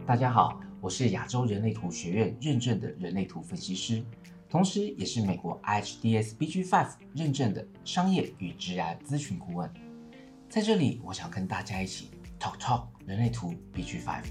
大家好，我是亚洲人类图学院认证的人类图分析师，同时也是美国 IHDS BG5 认证的商业与职涯咨询顾问。在这里，我想跟大家一起 talk 人类图 BG5。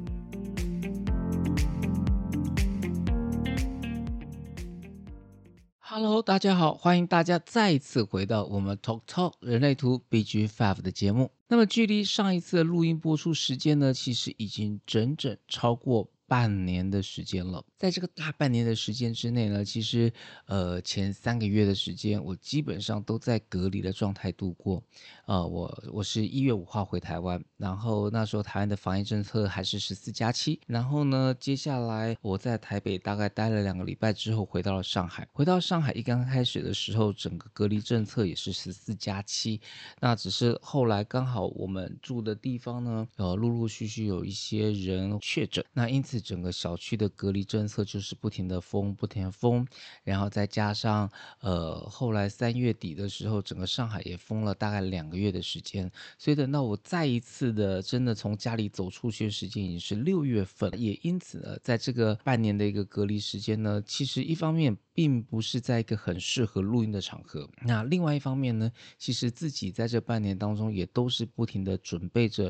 Hello，大家好，欢迎大家再次回到我们 Talk 人类图 BG5 的节目。那么距离上一次的录音播出时间呢，其实已经整整超过半年的时间了。在这个大半年的时间之内呢，其实前3个月的时间，我基本上都在隔离的状态度过。我是1月5号回台湾，然后那时候台湾的防疫政策还是14+7，然后呢，接下来我在台北大概待了2个礼拜之后，回到了上海。回到上海一刚开始的时候，整个隔离政策也是14+7，那只是后来刚好我们住的地方呢，陆陆续续有一些人确诊，那因此整个小区的隔离政策就是不停的封，然后再加上后来3月底的时候，整个上海也封了大概2个月的时间，所以等到我再一次的真的从家里走出去的时间已经是6月份，也因此呢，在这个半年的一个隔离时间呢，其实一方面并不是在一个很适合录音的场合，那另外一方面呢，其实自己在这半年当中也都是不停的准备着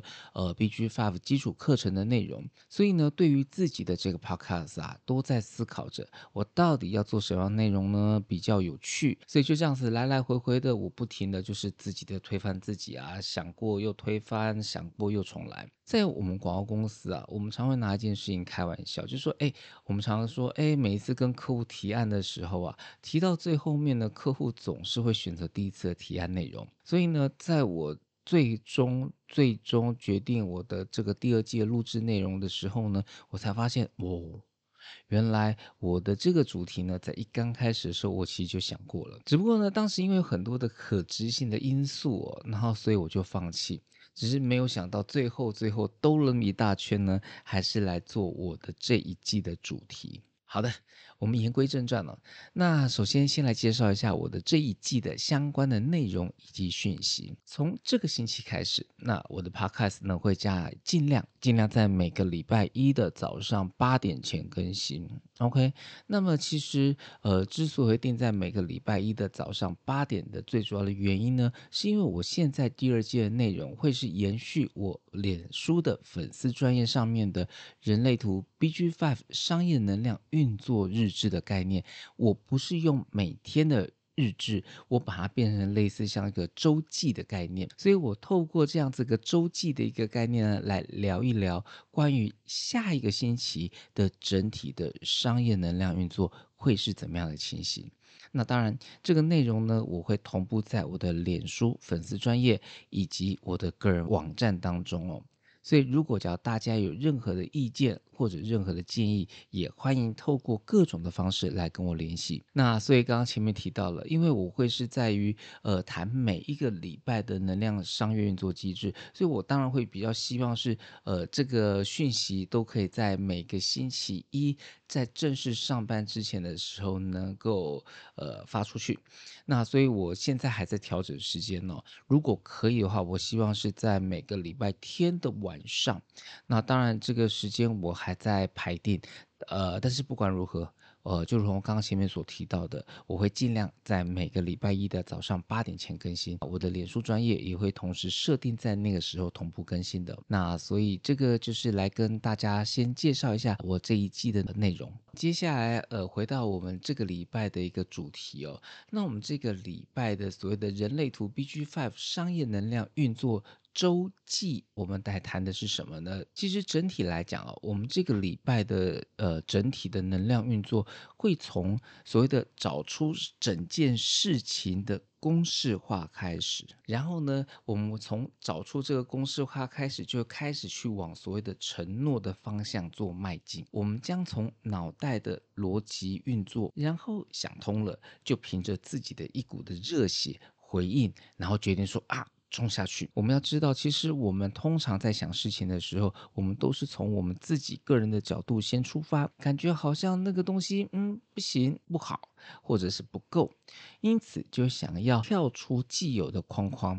BG5 基础课程的内容，所以呢，对于自己的这个 podcast 啊，都在思考着我到底要做什么样的内容呢比较有趣，所以就这样子来来回回的，我不停的就是自己的推翻自己啊，想过又推翻，想过又重来。在我们广告公司啊，我们常会拿一件事情开玩笑，就说，我们常常说，每一次跟客户提案的时候啊，提到最后面呢，客户总是会选择第一次的提案内容。所以呢，在我最终决定我的这个第2季的录制内容的时候呢，我才发现，原来我的这个主题呢，在一刚开始的时候，我其实就想过了。只不过呢，当时因为有很多的可执行的因素然后所以我就放弃。只是没有想到最后兜了一大圈呢，还是来做我的这一季的主题。好的，我们言归正传了。那首先先来介绍一下我的这一季的相关的内容以及讯息。从这个星期开始，那我的 podcast 呢会尽量在每个礼拜一的早上8点前更新。OK，那么其实之所以会定在每个礼拜一的早上8点的最主要的原因呢，是因为我现在第2季的内容会是延续我脸书的粉丝专页上面的人类图 BG5 商业能量运作日志的概念，我不是用每天的日志，我把它变成类似像一个周记的概念，所以我透过这样子个周记的一个概念呢，来聊一聊关于下一个星期的整体的商业能量运作会是怎么样的情形。那当然，这个内容呢，我会同步在我的脸书粉丝专页以及我的个人网站当中哦。所以，如果只要大家有任何的意见或者任何的建议，也欢迎透过各种的方式来跟我联系。那所以刚刚前面提到了，因为我会是在于谈每一个礼拜的能量商业运作机制，所以我当然会比较希望是这个讯息都可以在每个星期一在正式上班之前的时候能够发出去。那所以我现在还在调整时间哦。如果可以的话，我希望是在每个礼拜天的晚上。那当然，这个时间我还在排定，但是不管如何，就如同刚刚前面所提到的，我会尽量在每个礼拜一的早上8点前更新。我的脸书专业也会同时设定在那个时候同步更新的。那所以这个就是来跟大家先介绍一下我这一季的内容。接下来，回到我们这个礼拜的一个主题哦。那我们这个礼拜的所谓的人类图 BG5 商业能量运作周记，我们来谈的是什么呢？其实整体来讲我们这个礼拜的整体的能量运作会从所谓的找出整件事情的公式化开始，然后呢，我们从找出这个公式化开始，就开始去往所谓的承诺的方向做迈进。我们将从脑袋的逻辑运作，然后想通了，就凭着自己的一股的热血回应，然后决定说冲下去。我们要知道，其实我们通常在想事情的时候，我们都是从我们自己个人的角度先出发，感觉好像那个东西不行不好，或者是不够，因此就想要跳出既有的框框，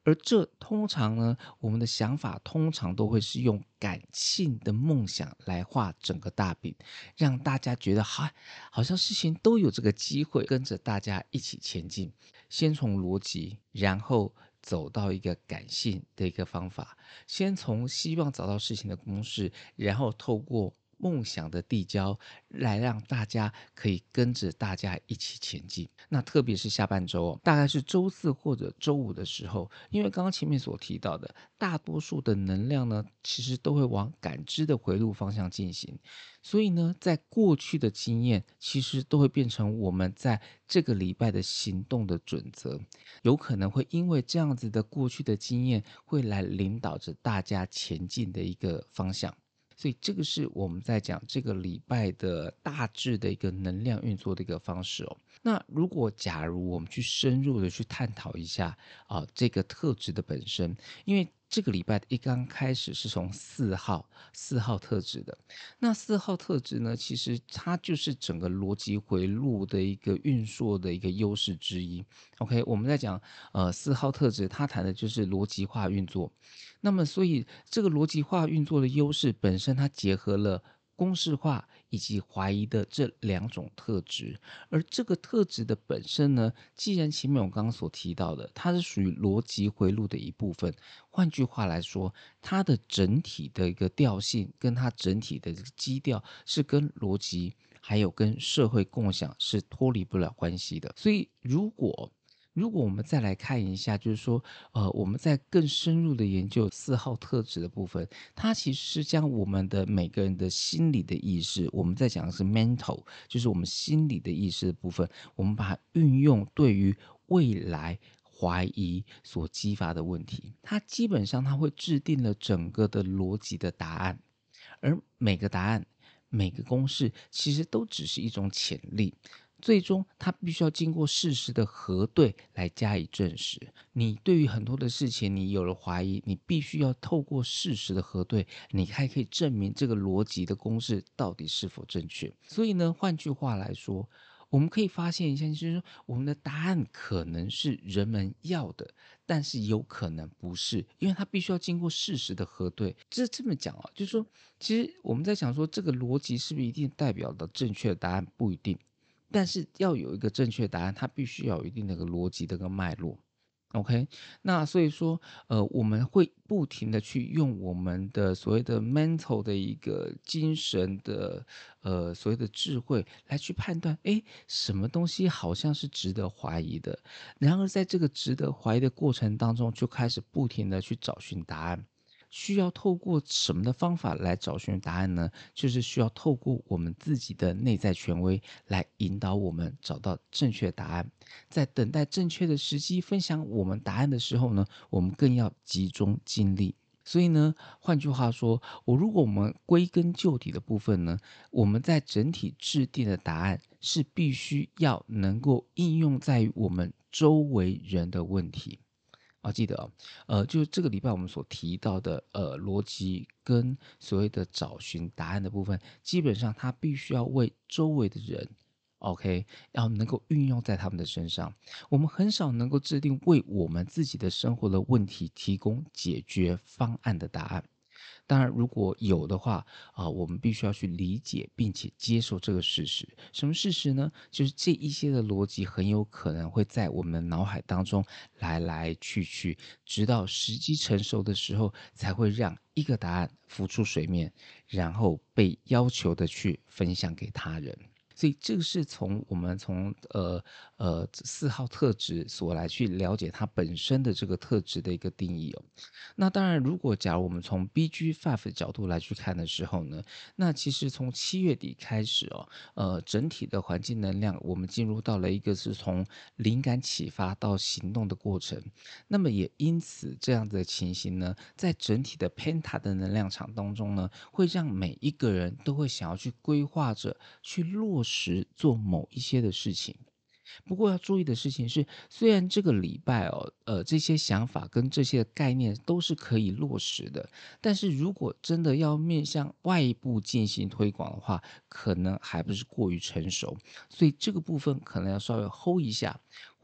而这通常呢，我们的想法通常都会是用感性的梦想来画整个大饼，让大家觉得好像事情都有这个机会跟着大家一起前进。先从逻辑，然后走到一个感性的一个方法，先从希望找到事情的公式，然后透过梦想的递交，来让大家可以跟着大家一起前进。那特别是下半周大概是周四或者周五的时候，因为刚刚前面所提到的，大多数的能量呢，其实都会往感知的回路方向进行。所以呢，在过去的经验，其实都会变成我们在这个礼拜的行动的准则，有可能会因为这样子的过去的经验，会来领导着大家前进的一个方向。所以这个是我们在讲这个礼拜的大致的一个能量运作的一个方式那如果假如我们去深入的去探讨一下这个特质的本身，因为这个礼拜一刚开始是从四号特质的，那四号特质呢，其实它就是整个逻辑回路的一个运作的一个优势之一。OK，我们在讲四号特质，它谈的就是逻辑化运作。那么，所以这个逻辑化运作的优势本身，它结合了公式化以及怀疑的这两种特质。而这个特质的本身呢，既然前面我刚刚所提到的，它是属于逻辑回路的一部分。换句话来说，它的整体的一个调性，跟它整体的这个基调，是跟逻辑还有跟社会共享是脱离不了关系的。所以，如果我们再来看一下，就是说，我们在更深入的研究四号特质的部分，它其实是将我们的每个人的心理的意识，我们在讲的是 mental，就是我们心理的意识的部分，我们把它运用对于未来怀疑所激发的问题，它基本上它会制定了整个的逻辑的答案，而每个答案、每个公式其实都只是一种潜力。最终，它必须要经过事实的核对来加以证实。你对于很多的事情，你有了怀疑，你必须要透过事实的核对，你还可以证明这个逻辑的公式到底是否正确。所以呢，换句话来说，我们可以发现一下，就是说我们的答案可能是人们要的，但是有可能不是，因为它必须要经过事实的核对。这么讲就是说，其实我们在想说，这个逻辑是不是一定代表的正确的答案？不一定。但是要有一个正确答案，它必须要有一定的一个逻辑的一个脉络。OK，那所以说，我们会不停的去用我们的所谓的 mental 的一个精神的，所谓的智慧来去判断，诶，什么东西好像是值得怀疑的。然而在这个值得怀疑的过程当中，就开始不停的去找寻答案。需要透过什么的方法来找寻答案呢？就是需要透过我们自己的内在权威来引导我们找到正确答案。在等待正确的时机分享我们答案的时候呢，我们更要集中精力。所以呢，换句话说，如果我们归根究底的部分呢，我们在整体制定的答案是必须要能够应用在于我们周围人的问题。记得就这个礼拜我们所提到的逻辑跟所谓的找寻答案的部分，基本上它必须要为周围的人，OK，要能够运用在他们的身上。我们很少能够制定为我们自己的生活的问题提供解决方案的答案。当然，如果有的话我们必须要去理解并且接受这个事实。什么事实呢？就是这一些的逻辑很有可能会在我们的脑海当中来来去去，直到时机成熟的时候，才会让一个答案浮出水面，然后被要求的去分享给他人。所以这个是我们从四号特质所来去了解它本身的这个特质的一个定义那当然，如果假如我们从 BG5 的角度来去看的时候呢，那其实从7月底开始整体的环境能量，我们进入到了一个是从灵感启发到行动的过程。那么也因此这样的情形呢，在整体的 Penta 的能量场当中呢，会让每一个人都会想要去规划着去落实做某一些的事情。不过要注意的事情是，虽然这个礼拜这些想法跟这些概念都是可以落实的，但是如果真的要面向外部进行推广的话，可能还不是过于成熟，所以这个部分可能要稍微 hold 一下。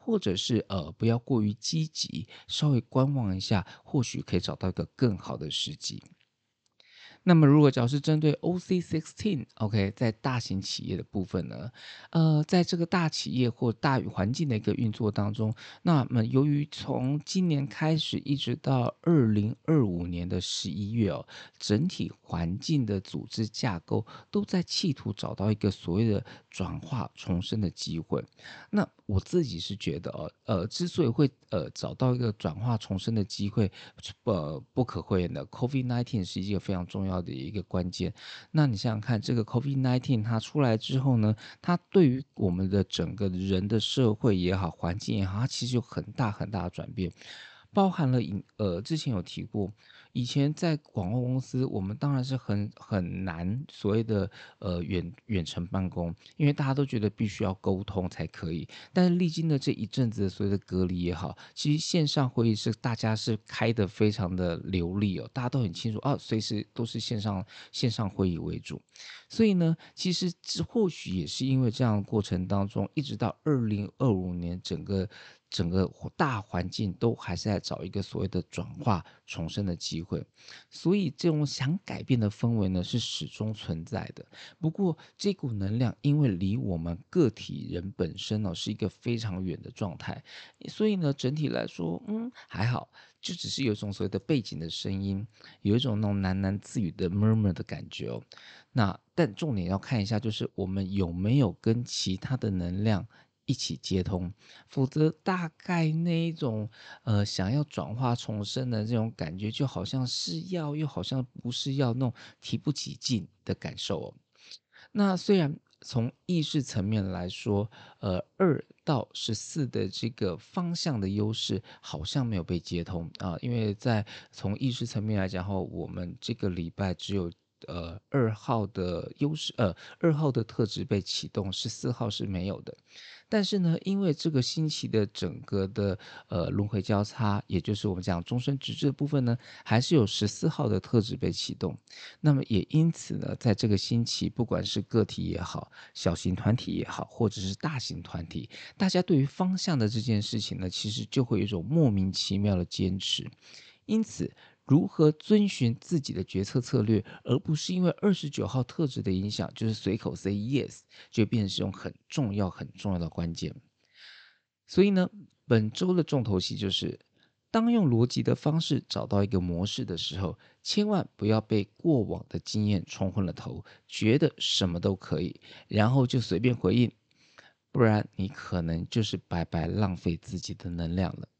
或者是不要过于积极，稍微观望一下，或许可以找到一个更好的时机。那么，如果只要是针对 OC16，OK，在大型企业的部分呢，在这个大企业或大环境的一个运作当中，那么由于从今年开始一直到2025年的11月哦，整体环境的组织架构都在企图找到一个所谓的转化重生的机会。那我自己是觉得之所以会找到一个转化重生的机会，不可讳言的 ，COVID-19 是一个非常重要的一个关键。那你想想看，这个 COVID-19 它出来之后呢，它对于我们的整个人的社会也好，环境也好，它其实有很大很大的转变。包含了之前有提过，以前在广告公司，我们当然是很难所谓的远程办公，因为大家都觉得必须要沟通才可以。但是历经了这一阵子的所谓的隔离也好，其实线上会议是大家是开得非常的流利哦，大家都很清楚随时都是线上会议为主。所以呢，其实或许也是因为这样的过程当中，一直到2025年，整个大环境都还是在找一个所谓的转化重生的机会，所以这种想改变的氛围呢是始终存在的。不过这股能量因为离我们个体人本身是一个非常远的状态，所以呢整体来说还好，就只是有一种所谓的背景的声音，有一种那种喃喃自语的 murmur 的感觉哦。但重点要看一下，就是我们有没有跟其他的能量一起接通，否则大概那一种想要转化重生的这种感觉，就好像是要又好像不是要，那种提不起劲的感受哦。那虽然从意识层面来说，2到14的这个方向的优势好像没有被接通因为从意识层面来讲后，我们这个礼拜只有2号的优势2号的特质被启动，14号是没有的。但是呢，因为这个星期的整个的轮回交叉，也就是我们讲终身直至的部分呢，还是有14号的特质被启动。那么也因此呢，在这个星期，不管是个体也好，小型团体也好，或者是大型团体，大家对于方向的这件事情呢，其实就会有一种莫名其妙的坚持。因此，如何遵循自己的决策策略，而不是因为29号特质的影响，就是随口 say yes， 就变成是一种很重要的关键。所以呢，本周的重头戏就是，当用逻辑的方式找到一个模式的时候，千万不要被过往的经验冲昏了头，觉得什么都可以，然后就随便回应，不然你可能就是白白浪费自己的能量了。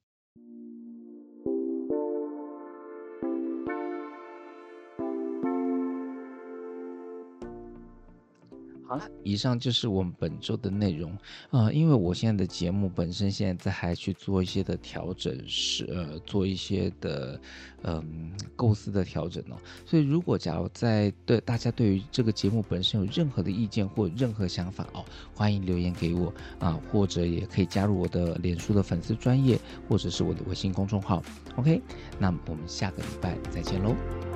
好了，以上就是我们本周的内容因为我现在的节目本身现在还去做一些的调整，做一些的构思的调整所以如果假如大家对于这个节目本身有任何的意见或任何想法欢迎留言给我或者也可以加入我的脸书的粉丝专页，或者是我的微信公众号。OK， 那么我们下个礼拜再见喽。